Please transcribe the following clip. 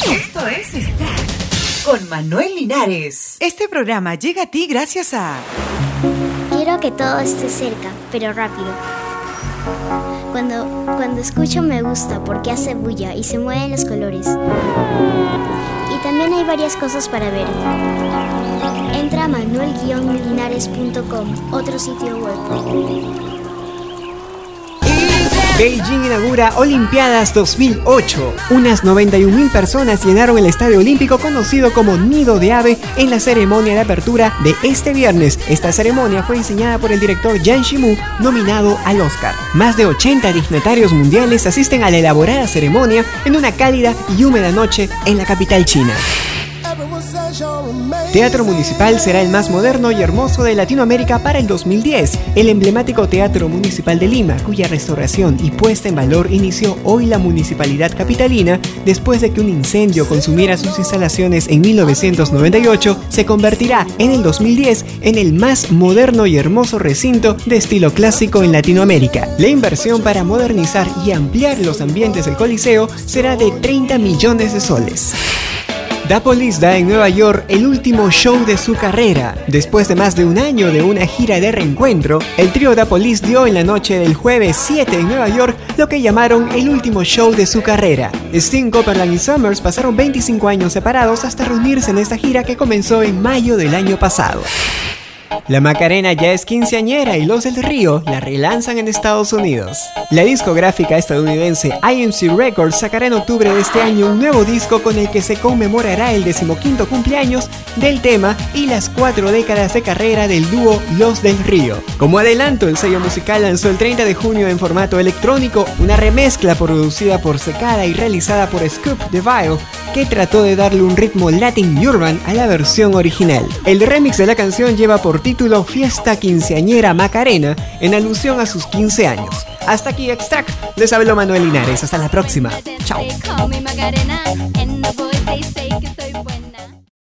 Esto es Start con Manuel Linares. Este programa llega a ti gracias a... Quiero que todo esté cerca, pero rápido. Cuando escucho me gusta porque hace bulla y se mueven los colores. Y también hay varias cosas para ver. Entra a manuel-linares.com, otro sitio web. Beijing inaugura Olimpiadas 2008. Unas 91.000 personas llenaron el Estadio Olímpico conocido como Nido de Ave en la ceremonia de apertura de este viernes. Esta ceremonia fue diseñada por el director Yang Shimu, nominado al Oscar. Más de 80 dignatarios mundiales asisten a la elaborada ceremonia en una cálida y húmeda noche en la capital china. Teatro Municipal será el más moderno y hermoso de Latinoamérica para el 2010. El emblemático Teatro Municipal de Lima, cuya restauración y puesta en valor inició hoy la municipalidad capitalina, después de que un incendio consumiera sus instalaciones en 1998, se convertirá en el 2010 en el más moderno y hermoso recinto de estilo clásico en Latinoamérica. La inversión para modernizar y ampliar los ambientes del Coliseo será de 30 millones de soles. The Police da en Nueva York el último show de su carrera. Después de más de un año de una gira de reencuentro, el trío The Police dio en la noche del jueves 7 en Nueva York lo que llamaron el último show de su carrera. Sting, Copeland y Summers pasaron 25 años separados hasta reunirse en esta gira que comenzó en mayo del año pasado. La Macarena ya es quinceañera y Los del Río la relanzan en Estados Unidos. La discográfica estadounidense IMC Records sacará en octubre de este año un nuevo disco con el que se conmemorará el 15º cumpleaños del tema y las 4 décadas de carrera del dúo Los del Río. Como adelanto, el sello musical lanzó el 30 de junio en formato electrónico una remezcla producida por Secada y realizada por Scoop DeVille, que trató de darle un ritmo Latin Urban a la versión original. El remix de la canción lleva por título Fiesta Quinceañera Macarena, en alusión a sus 15 años. Hasta aquí Extract, les habló Manuel Linares, hasta la próxima. Chao.